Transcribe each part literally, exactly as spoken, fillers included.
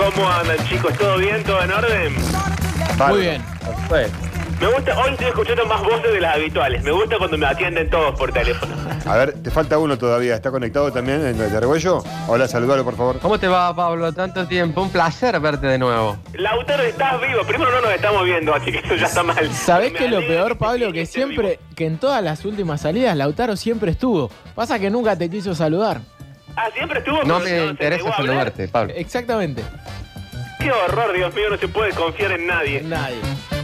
¿Cómo andan, chicos? ¿Todo bien? ¿Todo en orden? Vale. Muy bien. Pues, Me gusta, hoy estoy escuchando más voces de las habituales. Me gusta cuando me atienden todos por teléfono. a ver, te falta uno todavía. ¿Está conectado también en el de Argüello? Hola, saludalo, por favor. ¿Cómo te va, Pablo? Tanto tiempo. Un placer verte de nuevo. Lautaro, estás vivo. Primero no nos estamos viendo, así que eso ya está mal. ¿Sabés Me qué es lo alegra peor, que Pablo? estés Que vivo. siempre, que en todas las últimas salidas, Lautaro siempre estuvo. Pasa que nunca te quiso saludar. Ah, siempre estuvo. No pero me se interesa negó a hablar. saludarte, Pablo. Exactamente. Qué horror, Dios mío, no se puede confiar en nadie. Nadie.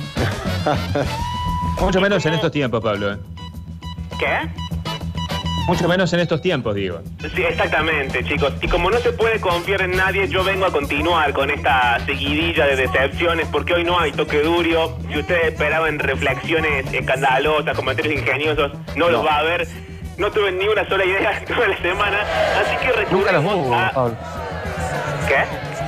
Mucho menos en estos tiempos, Pablo. ¿eh? ¿Qué? Mucho menos en estos tiempos, digo. Sí, exactamente, chicos. Y como no se puede confiar en nadie, yo vengo a continuar con esta seguidilla de decepciones, porque hoy no hay toque duro. Si ustedes esperaban reflexiones escandalosas, comentarios ingeniosos, no, los va a haber. No tuve ni una sola idea toda la semana, así que Nunca los recurrimos hubo, a... Pablo. ¿Qué?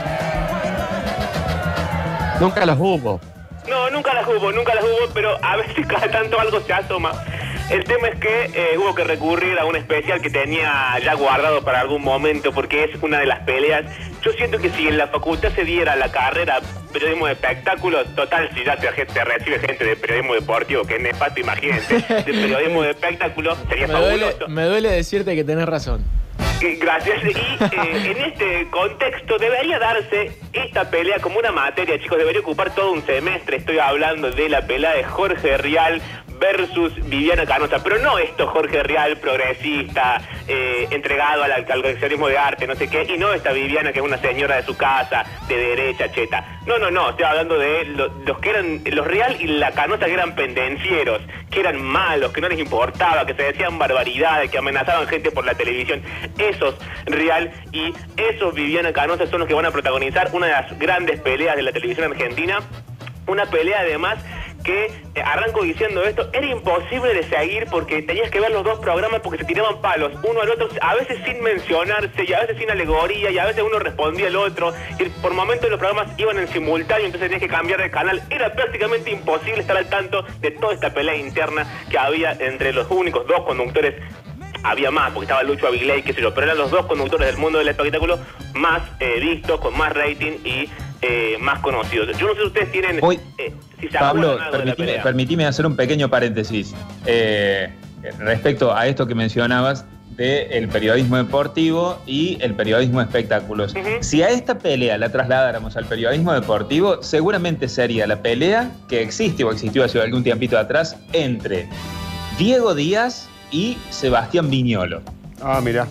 Nunca los hubo. No, nunca las hubo, nunca las hubo, pero a veces cada tanto algo se asoma. El tema es que eh, hubo que recurrir a un especial que tenía ya guardado para algún momento, porque es una de las peleas. Yo siento que si en la facultad se diera la carrera periodismo de espectáculos, total, si ya te, te recibe gente de periodismo deportivo, que es nefasto, imagínense, de periodismo de espectáculos, sería Me duele, fabuloso. me duele decirte que tenés razón. Eh, Gracias. Y eh, en este contexto debería darse esta pelea como una materia, chicos. Debería ocupar todo un semestre. Estoy hablando de la pelea de Jorge Rial versus Viviana Canosa. Pero no esto Jorge Rial progresista, eh, entregado al, al coleccionismo de arte, no sé qué. Y no esta Viviana que es una señora de su casa, de derecha, cheta. No, no, no. Estoy hablando de lo, los que eran, los Rial y la Canosa que eran pendencieros, que eran malos, que no les importaba, que se decían barbaridades, que amenazaban gente por la televisión. Esos Rial y esos Viviana Canosa son los que van a protagonizar una de las grandes peleas de la televisión argentina. Una pelea además que, eh, arranco diciendo esto, era imposible de seguir porque tenías que ver los dos programas porque se tiraban palos uno al otro, a veces sin mencionarse y a veces sin alegoría y a veces uno respondía al otro y por momentos los programas iban en simultáneo, entonces tenías que cambiar de canal. Era prácticamente imposible estar al tanto de toda esta pelea interna que había entre los únicos dos conductores. Había más, porque estaba Lucho Avilés, qué sé yo, pero eran los dos conductores del mundo del espectáculo más eh, vistos, con más rating y eh, más conocidos. Yo no sé si ustedes tienen... Hoy, eh, si se Pablo, acuerdan algo de la permitime, pelea. permitime hacer un pequeño paréntesis eh, respecto a esto que mencionabas del periodismo deportivo y el periodismo de espectáculos. Ujú. Si a esta pelea la trasladáramos al periodismo deportivo, seguramente sería la pelea que existe o existió hace algún tiempito atrás entre Diego Díaz y Sebastián Viñolo. Ah, mira.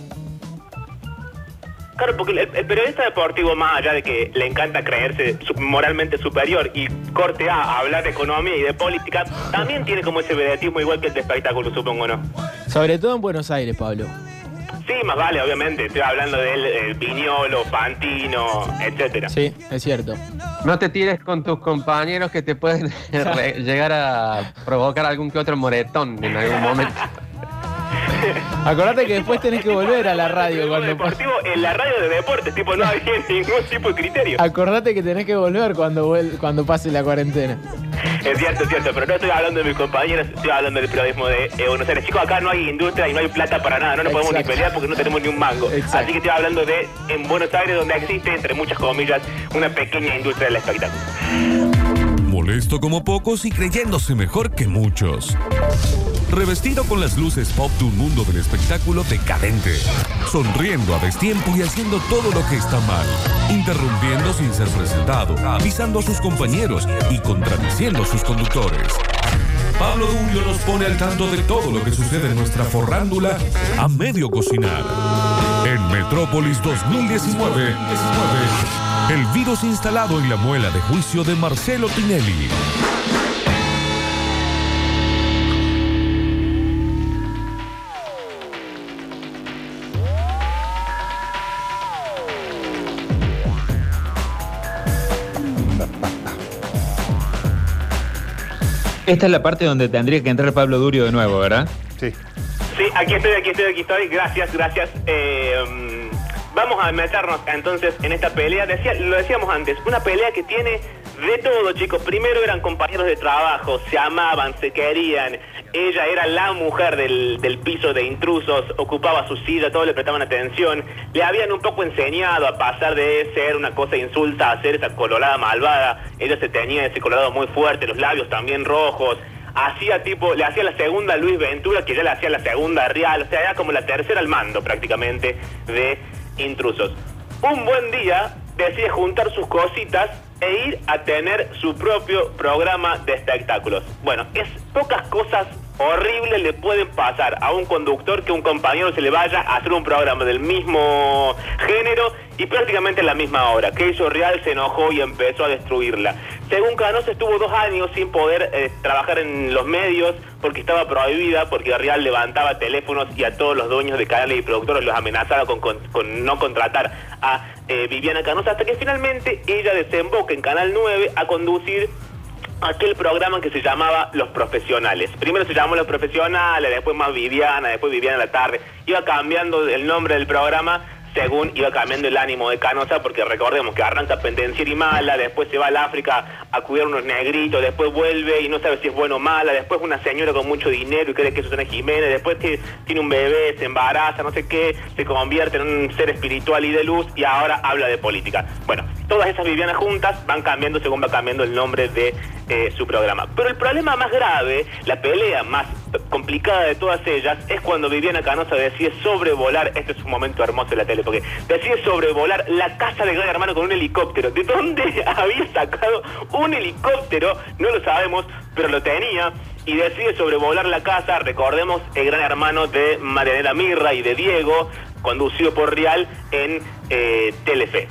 Claro, porque el, el periodista deportivo, más allá de que le encanta creerse su- moralmente superior y corte a hablar de economía y de política, también tiene como ese vedetismo igual que el de espectáculo, supongo, ¿no? Sobre todo en Buenos Aires, Pablo. Sí, más vale, obviamente. Estoy hablando del el Viñolo, Fantino, etcétera. Sí, es cierto. No te tires con tus compañeros que te pueden re- llegar a provocar algún que otro moretón en algún momento. Acordate que después tenés que volver a la radio cuando deportivo en la radio de deportes, tipo, no hay ningún tipo de criterio. Acordate que tenés que volver cuando vuel- cuando pase la cuarentena. Es cierto, es cierto, pero no estoy hablando de mis compañeros, estoy hablando del periodismo de eh, Buenos Aires. Chicos, acá no hay industria y no hay plata para nada, no nos podemos ni Exacto. pelear porque no tenemos ni un mango. Exacto. Así que estoy hablando de en Buenos Aires, donde existe, entre muchas comillas, una pequeña industria del espectáculo. Molesto como pocos y creyéndose mejor que muchos. Revestido con las luces pop de un mundo del espectáculo decadente. Sonriendo a destiempo y haciendo todo lo que está mal. Interrumpiendo sin ser presentado, avisando a sus compañeros y contradiciendo a sus conductores. Pablo Durio nos pone al tanto de todo lo que sucede en nuestra forrándula a medio cocinar. En Metrópolis dos mil diecinueve, el virus instalado en la muela de juicio de Marcelo Tinelli. Esta es la parte donde tendría que entrar Pablo Durio de nuevo, ¿verdad? Sí. Sí, aquí estoy, aquí estoy, aquí estoy. Gracias, gracias. Eh, Vamos a meternos entonces en esta pelea. Decía, lo decíamos antes, una pelea que tiene de todo, chicos. Primero eran compañeros de trabajo, se amaban, se querían. Ella era la mujer del, del piso de intrusos, ocupaba su silla, todos le prestaban atención. Le habían un poco enseñado a pasar de ser una cosa insulsa a ser esa colorada malvada. Ella se tenía ese colorado muy fuerte, los labios también rojos. Hacía tipo, le hacía la segunda Luis Ventura, que ya le hacía la segunda Real. O sea, era como la tercera al mando prácticamente de intrusos. Un buen día decide juntar sus cositas e ir a tener su propio programa de espectáculos. Bueno, es pocas cosas horribles le pueden pasar a un conductor que un compañero se le vaya a hacer un programa del mismo género y prácticamente a la misma hora. Que hizo Real, se enojó y empezó a destruirla. Según Canosa, estuvo dos años sin poder eh, trabajar en los medios porque estaba prohibida, porque Real levantaba teléfonos y a todos los dueños de canales y productores los amenazaba con, con, con no contratar a eh, Viviana Canosa, hasta que finalmente ella desemboca en Canal nueve a conducir aquel programa que se llamaba Los Profesionales. Primero se llamó Los Profesionales, después más Viviana, después Viviana a la tarde. Iba cambiando el nombre del programa según iba cambiando el ánimo de Canosa, porque recordemos que arranca pendenciera y mala, después se va al África a cuidar unos negritos, después vuelve y no sabe si es bueno o mala, después una señora con mucho dinero y cree que es Susana Jiménez, después tiene un bebé, se embaraza, no sé qué, se convierte en un ser espiritual y de luz y ahora habla de política. Bueno, todas esas Vivianas juntas van cambiando según va cambiando el nombre de eh, su programa. Pero el problema más grave, la pelea más complicada de todas ellas, es cuando Viviana Canosa decide sobrevolar, este es un momento hermoso de la tele, porque decide sobrevolar la casa de Gran Hermano con un helicóptero. ¿De dónde había sacado un helicóptero? No lo sabemos, pero lo tenía. Y decide sobrevolar la casa, recordemos, el Gran Hermano de Marianela Mirra y de Diego, conducido por Real en eh, Telefe.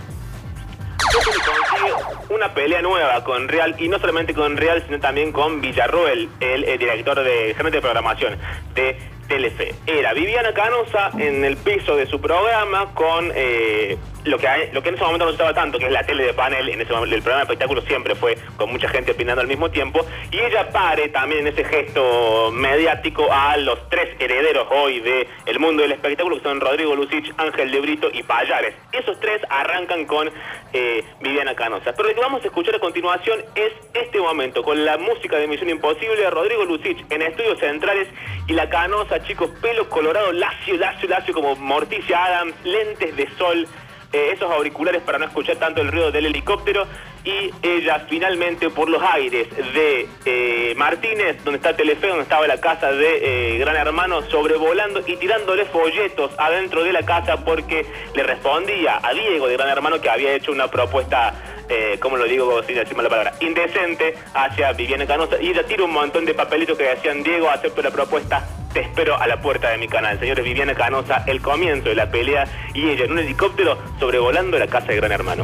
Consigue una pelea nueva con Real, y no solamente con Real, sino también con Villarroel, el, el director de gerente de programación de Telefe. Era Viviana Canosa en el piso de su programa con eh, lo, que hay, lo que en ese momento no se usaba tanto, que es la tele de panel. En ese momento el programa de espectáculo siempre fue con mucha gente opinando al mismo tiempo, y ella pare también en ese gesto mediático a los tres herederos hoy del mundo del espectáculo, que son Rodrigo Lucich, Ángel de Brito y Payares. Esos tres arrancan con eh, Viviana Canosa. Pero lo que vamos a escuchar a continuación es este momento con la música de Misión Imposible, Rodrigo Lucich en estudios centrales y la Canosa, chicos, pelo colorado, lacio, lacio, lacio como Morticia Adams, lentes de sol, eh, esos auriculares para no escuchar tanto el ruido del helicóptero, y ella finalmente por los aires de eh, Martínez, donde está Telefe, donde estaba la casa de eh, Gran Hermano, sobrevolando y tirándole folletos adentro de la casa porque le respondía a Diego de Gran Hermano que había hecho una propuesta, eh, ¿cómo lo digo sin decirme la palabra?, indecente hacia Viviana Canosa, y ella tira un montón de papelitos que decían: Diego, acepto la propuesta, te espero a la puerta de mi canal. Señores, Viviana Canosa, el comienzo de la pelea, y ella en un helicóptero sobrevolando la casa de Gran Hermano.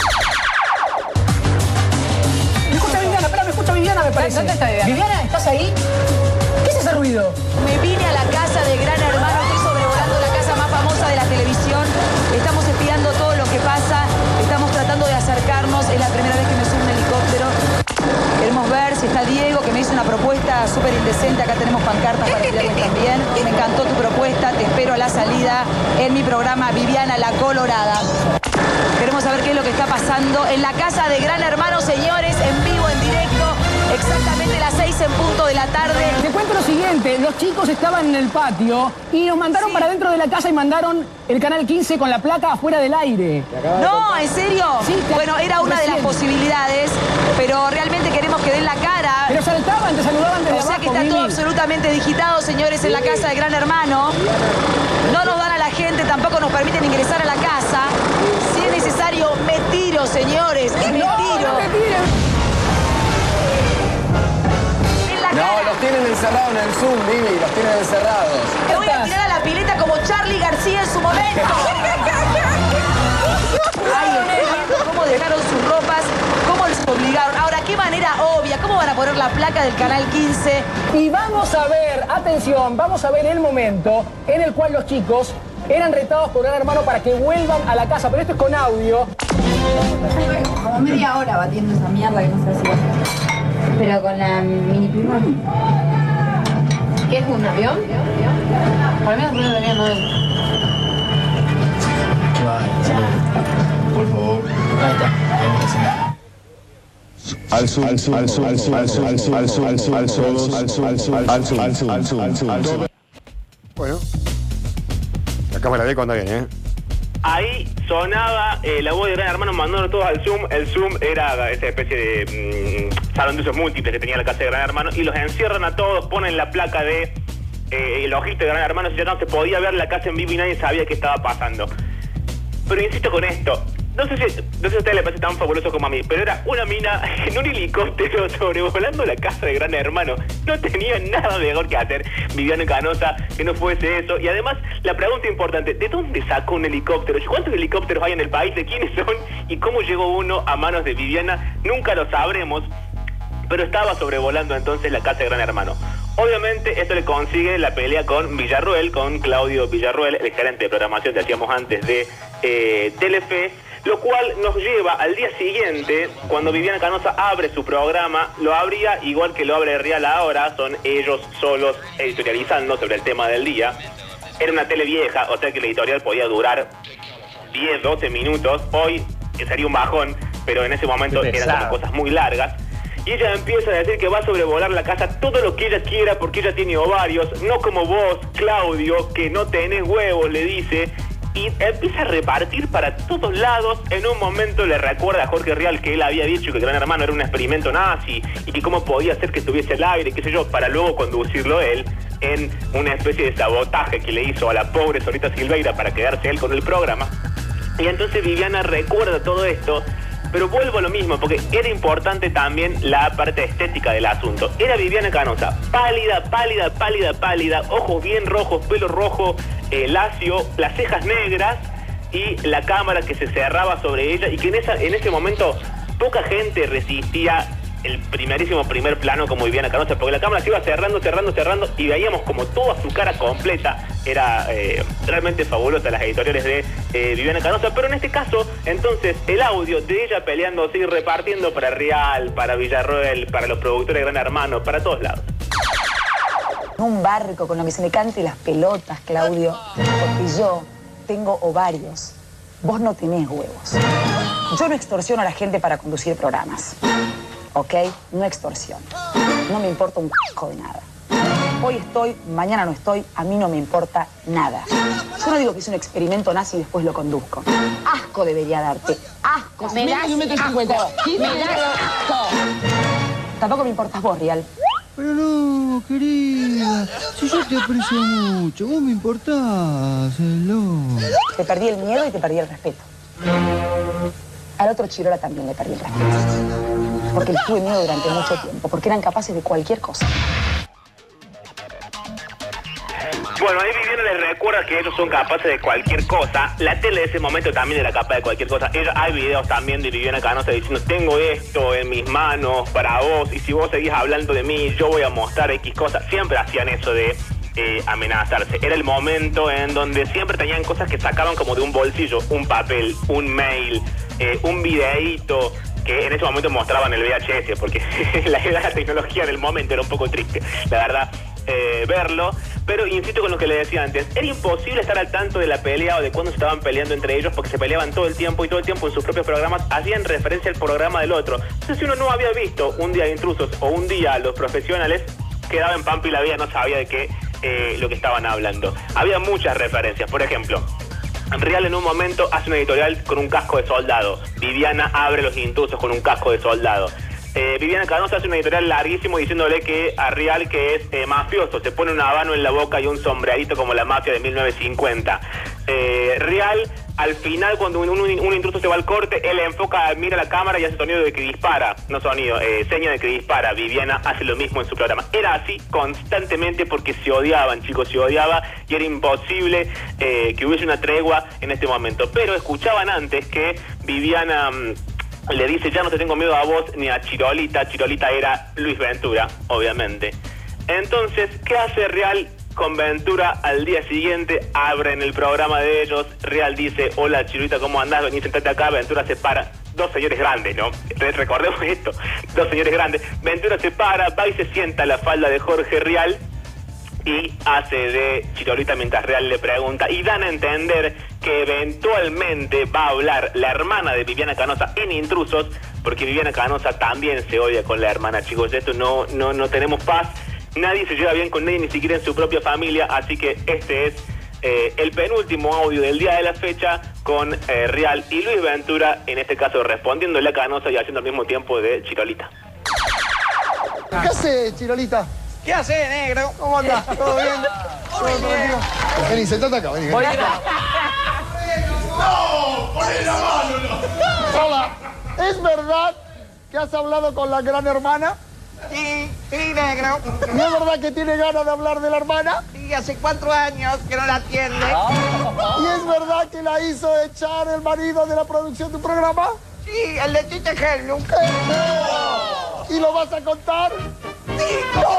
Me escucha Viviana, espera, me escucha Viviana, me parece. ¿Dónde está Viviana? Viviana, ¿estás ahí? ¿Qué es ese ruido? Me vine a la casa de Gran Hermano, estoy sobrevolando la casa más famosa de la televisión. Estamos espiando todo lo que pasa, estamos tratando de acercarnos, es la primera vez que me subo un helicóptero. Queremos ver si está Diego, que me hizo una propuesta súper indecente. Acá tenemos pancartas para tirarles también. Me encantó tu propuesta, te espero a la salida en mi programa Viviana la Colorada. Queremos saber qué es lo que está pasando en la casa de Gran Hermano, señores, en vivo, en directo, exactamente las seis en punto de la tarde. Te cuento lo siguiente, los chicos estaban en el patio y nos mandaron sí. para dentro de la casa y mandaron el Canal quince con la placa afuera del aire. No, ¿en serio? Sí, te... Bueno, era una de las posibilidades, pero realmente queremos que den la cara. Pero saltaban, te saludaban desde O sea abajo, que está Mimi. todo absolutamente digitado, señores, en la casa de Gran Hermano. No nos dan a la gente, tampoco nos permiten ingresar a la casa. Si es necesario, me tiro, señores, me tiro. No, no te tires. No, los tienen encerrados en el Zoom, Vivi, los tienen encerrados. Te voy a tirar a la pileta como Charly García en su momento. Ay, entiendo cómo dejaron sus ropas, cómo les obligaron. Ahora, qué manera obvia, cómo van a poner la placa del Canal quince. Y vamos a ver, atención, vamos a ver el momento en el cual los chicos eran retados por Gran Hermano para que vuelvan a la casa. Pero esto es con audio. Como media hora batiendo esa mierda que no se hacía. Pero con la mini prima. ¿Qué es un avión? Por lo menos un avión no es. Por favor. Ahí está. Al sur, al sur, al sur, al sur, al sur, al sur, al sur, al sur, al sur, al sur, al sur, al sur, al sur, al sur, al sur, al sur, al sur. Bueno. La cámara ve cuando viene, ¿eh? Ahí sonaba eh, la voz de Gran Hermano mandando todos al Zoom. El Zoom era esa especie de mmm, salón de usos múltiples que tenía la casa de Gran Hermano. Y los encierran a todos, ponen la placa de eh, el ojito de Gran Hermano. Si ya no se podía ver la casa en vivo y nadie sabía qué estaba pasando. Pero insisto con esto. No sé, si, no sé si a ustedes les parece tan fabuloso como a mí, pero era una mina en un helicóptero sobrevolando la casa de Gran Hermano. No tenía nada mejor que hacer Viviana Canosa que no fuese eso. Y además, la pregunta importante, ¿de dónde sacó un helicóptero? ¿Cuántos helicópteros hay en el país? ¿De quiénes son? ¿Y cómo llegó uno a manos de Viviana? Nunca lo sabremos, pero estaba sobrevolando entonces la casa de Gran Hermano. Obviamente esto le consigue la pelea con Villarruel, con Claudio Villarruel, el gerente de programación que hacíamos antes de eh, Telefe. Lo cual nos lleva al día siguiente, cuando Viviana Canosa abre su programa, lo abría igual que lo abre Real ahora, son ellos solos editorializando sobre el tema del día. Era una tele vieja, o sea que el editorial podía durar diez, doce minutos. Hoy sería un bajón, pero en ese momento eran como cosas muy largas. Y ella empieza a decir que va a sobrevolar la casa todo lo que ella quiera porque ella tiene ovarios, no como vos, Claudio, que no tenés huevos, le dice. Y empieza a repartir para todos lados. En un momento le recuerda a Jorge Rial que él había dicho que Gran Hermano era un experimento nazi y que cómo podía ser que estuviese al aire, qué sé yo, para luego conducirlo él en una especie de sabotaje que le hizo a la pobre Solita Silveira para quedarse él con el programa. Y entonces Viviana recuerda todo esto, pero vuelvo a lo mismo, porque era importante también la parte estética del asunto. Era Viviana Canosa, pálida, pálida, pálida, pálida, ojos bien rojos, pelo rojo, eh, lacio, las cejas negras y la cámara que se cerraba sobre ella y que en, esa, en ese momento poca gente resistía el primerísimo primer plano como Viviana Canosa, porque la cámara se iba cerrando, cerrando, cerrando y veíamos como toda su cara completa. Era eh, realmente fabulosa las editoriales de eh, Viviana Canosa, pero en este caso, entonces, el audio de ella peleándose y repartiendo para Real, para Villarroel, para los productores de Gran Hermano, para todos lados. Un barco con lo que se me cante las pelotas, Claudio, porque yo tengo ovarios, vos no tenés huevos. Yo no extorsiono a la gente para conducir programas. ¿Ok? No extorsión. No me importa un c*** de nada. Hoy estoy, mañana no estoy, a mí no me importa nada. Yo no digo que es un experimento nazi y después lo conduzco. Asco debería darte. Asco. Me das asco. Me das asco. Tampoco me importas vos, Real. Pero no, querida. Si yo te aprecio mucho, vos me importás, hello. Te perdí el miedo y te perdí el respeto. Al otro Chirola también le perdí el respeto. Porque les tuve miedo durante mucho tiempo, porque eran capaces de cualquier cosa. Bueno, ahí Viviana les recuerda que ellos son capaces de cualquier cosa. La tele de ese momento también era capaz de cualquier cosa. Ella, hay videos también de Viviana Canosa diciendo, tengo esto en mis manos para vos, y si vos seguís hablando de mí, yo voy a mostrar X cosas. Siempre hacían eso de eh, amenazarse. Era el momento en donde siempre tenían cosas que sacaban como de un bolsillo, un papel, un mail, eh, un videíto, que en ese momento mostraban el V H S, porque la, la tecnología del momento era un poco triste, la verdad, eh, verlo. Pero insisto con lo que le decía antes, era imposible estar al tanto de la pelea o de cuándo se estaban peleando entre ellos, porque se peleaban todo el tiempo y todo el tiempo en sus propios programas hacían referencia al programa del otro. Entonces, si uno no había visto Un Día de Intrusos o Un Día a Los Profesionales, quedaba en pampa y la vida, no sabía de qué eh, lo que estaban hablando. Había muchas referencias, por ejemplo, Real en un momento hace una editorial con un casco de soldado. Viviana abre Los Intrusos con un casco de soldado. Eh, Viviana Canosa hace una editorial larguísimo diciéndole que a Real que es eh, mafioso, se pone un habano en la boca y un sombrerito como la mafia de mil novecientos cincuenta. Eh, Real, al final, cuando un, un, un intruso se va al corte, él enfoca, mira la cámara y hace sonido de que dispara, no sonido, eh, seña de que dispara. Viviana hace lo mismo en su programa. Era así constantemente porque se odiaban, chicos, se odiaba y era imposible eh, que hubiese una tregua en este momento. Pero escuchaban antes que Viviana Mmm, le dice, ya no te tengo miedo a vos ni a Chirolita. Chirolita era Luis Ventura, obviamente. Entonces, ¿qué hace Real con Ventura? Al día siguiente abren el programa de ellos. Real dice, hola Chirolita, ¿cómo andás? Vení, sentate acá. Ventura se para. Dos señores grandes, ¿no? Recordemos esto. Dos señores grandes. Ventura se para, va y se sienta a la falda de Jorge Real y hace de Chirolita mientras Real le pregunta, y dan a entender que eventualmente va a hablar la hermana de Viviana Canosa en Intrusos, porque Viviana Canosa también se odia con la hermana, chicos. Esto no, no, no tenemos paz, nadie se lleva bien con nadie, ni siquiera en su propia familia, así que este es eh, el penúltimo audio del día de la fecha con eh, Real y Luis Ventura, en este caso respondiéndole a Canosa y haciendo al mismo tiempo de Chirolita. ¿Qué hace, Chirolita? ¿Qué hace, negro? ¿Cómo andás? ¿Todo bien? ¿Todo tranquilo? Vení, sentate acá, vení. vení. ¡No! ¡Poné la mano! No. Hola. ¿Es verdad que has hablado con la gran hermana? Sí, sí, negro. ¿Y es verdad que tiene ganas de hablar de la hermana? Sí, hace cuatro años que no la atiende. ¿Y es verdad que la hizo echar el marido de la producción de un programa? Sí, el de Tite Hello. ¿Y lo vas a contar? Sí.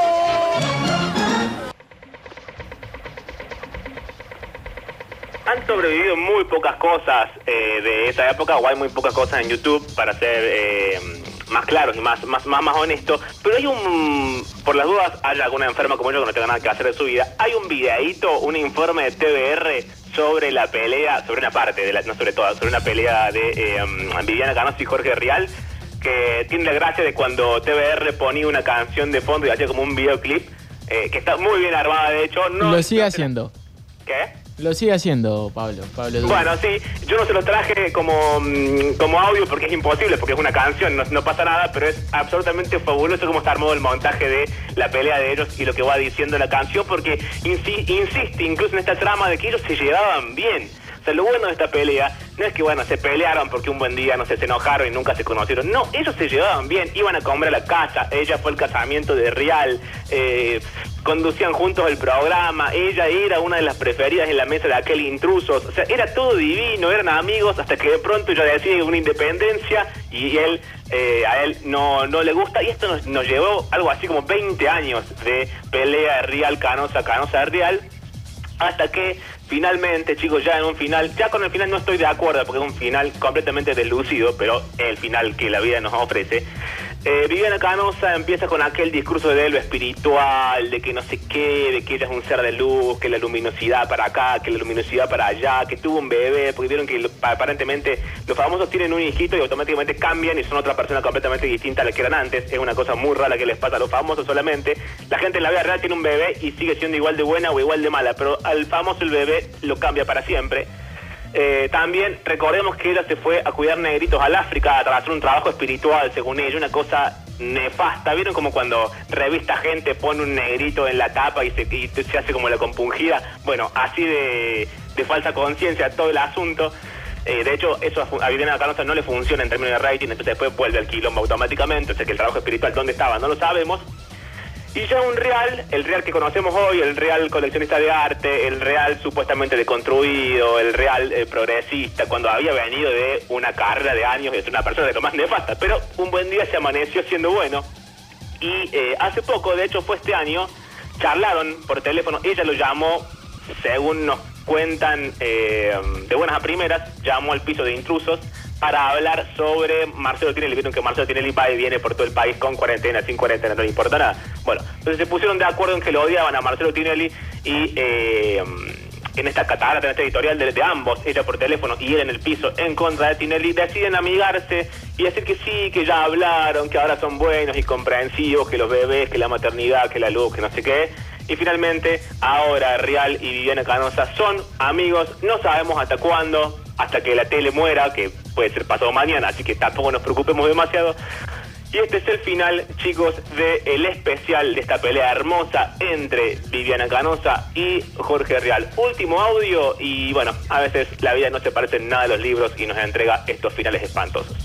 Han sobrevivido muy pocas cosas eh, de esta época, o hay muy pocas cosas en YouTube, para ser eh, más claros y más, más, más, más honestos. Pero hay un, por las dudas, haya alguna enferma como yo que no tenga nada que hacer de su vida, hay un videíto, un informe de T V R sobre la pelea, sobre una parte, de la, no sobre toda, sobre una pelea de eh, Viviana Canosa y Jorge Rial, que tiene la gracia de cuando T V R ponía una canción de fondo y hacía como un videoclip, eh, que está muy bien armada, de hecho. No, Lo sigue no haciendo. ¿Qué? Lo sigue haciendo, Pablo. Pablo Durio. Bueno, sí, yo no se lo traje como, como audio porque es imposible, porque es una canción, no, no pasa nada, pero es absolutamente fabuloso cómo está armado el montaje de la pelea de ellos y lo que va diciendo la canción, porque insi insiste incluso en esta trama de que ellos se llevaban bien. O sea, lo bueno de esta pelea no es que, bueno, se pelearon porque un buen día, no sé, se enojaron y nunca se conocieron. No, ellos se llevaban bien, iban a comer a la casa, ella fue el casamiento de Rial, eh, conducían juntos el programa, ella era una de las preferidas en la mesa de aquel Intrusos. O sea, era todo divino, eran amigos, hasta que de pronto ella decide una independencia y él, eh, a él no, no le gusta. Y esto nos, nos llevó algo así como veinte años de pelea de Rial, Canosa, Canosa, Rial, hasta que finalmente, chicos, ya en un final, ya con el final no estoy de acuerdo porque es un final completamente deslucido, pero el final que la vida nos ofrece. Eh, Viviana Canosa empieza con aquel discurso de lo espiritual, de que no sé qué, de que ella es un ser de luz, que la luminosidad para acá, que la luminosidad para allá, que tuvo un bebé, porque vieron que lo, aparentemente los famosos tienen un hijito y automáticamente cambian y son otra persona completamente distinta a la que eran antes. Es una cosa muy rara que les pasa a los famosos solamente. La gente en la vida real tiene un bebé y sigue siendo igual de buena o igual de mala, pero al famoso el bebé lo cambia para siempre. Eh, también recordemos que ella se fue a cuidar negritos al África para hacer un trabajo espiritual, según ella, una cosa nefasta. ¿Vieron como cuando Revista Gente pone un negrito en la tapa y se, y se hace como la compungida? Bueno, así de, de falsa conciencia todo el asunto. Eh, de hecho, eso a Viviana Canosa no le funciona en términos de rating, entonces después vuelve al quilombo automáticamente. O sea que el trabajo espiritual, ¿dónde estaba? No lo sabemos. Y ya un Real, el Real que conocemos hoy, el Real coleccionista de arte, el Real supuestamente deconstruido, el Real eh, progresista, cuando había venido de una carrera de años de ser una persona de lo más nefasta, pero un buen día se amaneció siendo bueno. Y eh, hace poco, de hecho fue este año, charlaron por teléfono, ella lo llamó, según nos cuentan eh, de buenas a primeras, llamó al piso de Intrusos para hablar sobre Marcelo Tinelli. Vieron que Marcelo Tinelli va y viene por todo el país con cuarentena, sin cuarentena, no le importa nada. Bueno, entonces se pusieron de acuerdo en que lo odiaban a Marcelo Tinelli y eh, en esta catarata, en este editorial de, de ambos, ella por teléfono y él en el piso en contra de Tinelli, deciden amigarse y decir que sí, que ya hablaron, que ahora son buenos y comprensivos, que los bebés, que la maternidad, que la luz, que no sé qué. Y finalmente, ahora Rial y Viviana Canosa son amigos, no sabemos hasta cuándo, hasta que la tele muera, que puede ser pasado mañana, así que tampoco nos preocupemos demasiado. Y este es el final, chicos, del especial de esta pelea hermosa entre Viviana Canosa y Jorge Rial. Último audio y bueno, a veces la vida no se parece en nada a los libros y nos entrega estos finales espantosos.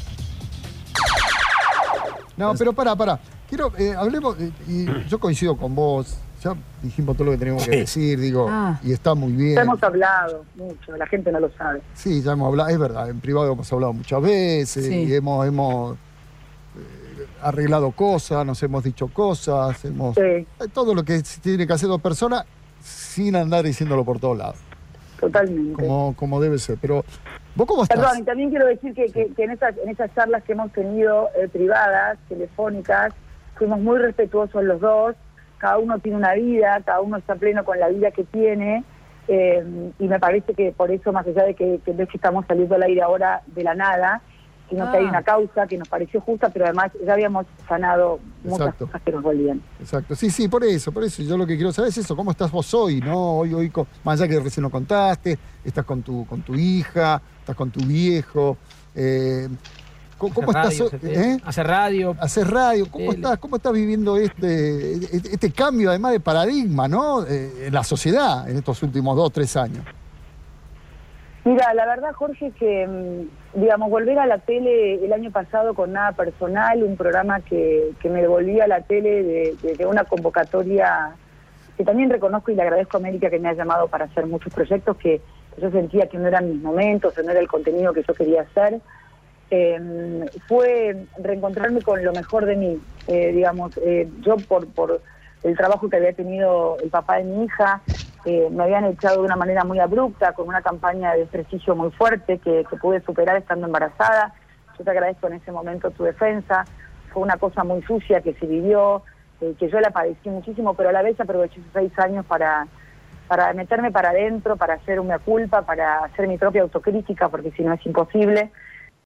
No, pero para, para. Quiero, eh, hablemos, eh, y yo coincido con vos, ya dijimos todo lo que teníamos que decir, digo, Ah. y está muy bien. Ya hemos hablado mucho, la gente no lo sabe. Sí, ya hemos hablado, es verdad, en privado hemos hablado muchas veces, Sí. y hemos, hemos eh, arreglado cosas, nos hemos dicho cosas, hemos... Sí. eh, todo lo que tiene que hacer dos personas sin andar diciéndolo por todos lados. Totalmente. Como, como debe ser, pero... ¿Vos cómo estás? Perdón, y también quiero decir que, que, que en, esas, en esas charlas que hemos tenido eh, privadas, telefónicas, fuimos muy respetuosos los dos, cada uno tiene una vida, cada uno está pleno con la vida que tiene, Eh, y me parece que por eso, más allá de que, que ves que estamos saliendo al aire ahora de la nada, sino Ah. que hay una causa que nos pareció justa, pero además ya habíamos sanado muchas Exacto. cosas que nos dolían. Exacto, sí, sí, por eso, por eso. Yo lo que quiero saber es eso, ¿cómo estás vos hoy, no? Hoy, hoy, con- más allá que recién lo contaste, estás con tu, con tu hija, estás con tu viejo. Eh, ¿Cómo, cómo Hace estás radio, hoy? se te- ¿Eh? hace radio. Hacer radio. ¿Cómo Tele. estás, ¿Cómo estás viviendo este, este cambio, además de paradigma, ¿no? Eh, en la sociedad en estos últimos dos, tres años. Mira, la verdad, Jorge, que, mm, digamos, volver a la tele el año pasado con Nada Personal, un programa que, que me devolvía a la tele de, de- de una convocatoria que también reconozco y le agradezco a América que me ha llamado para hacer muchos proyectos que, que yo sentía que no eran mis momentos, o no era el contenido que yo quería hacer. Eh, fue reencontrarme con lo mejor de mí, eh, digamos, eh, yo por, por el trabajo que había tenido el papá de mi hija, eh, me habían echado de una manera muy abrupta, con una campaña de desprestigio muy fuerte que, que pude superar estando embarazada. Yo te agradezco en ese momento tu defensa, fue una cosa muy sucia que se vivió, eh, que yo la padecí muchísimo, pero a la vez aproveché esos seis años para, para meterme para adentro, para hacer una culpa, para hacer mi propia autocrítica, porque si no es imposible.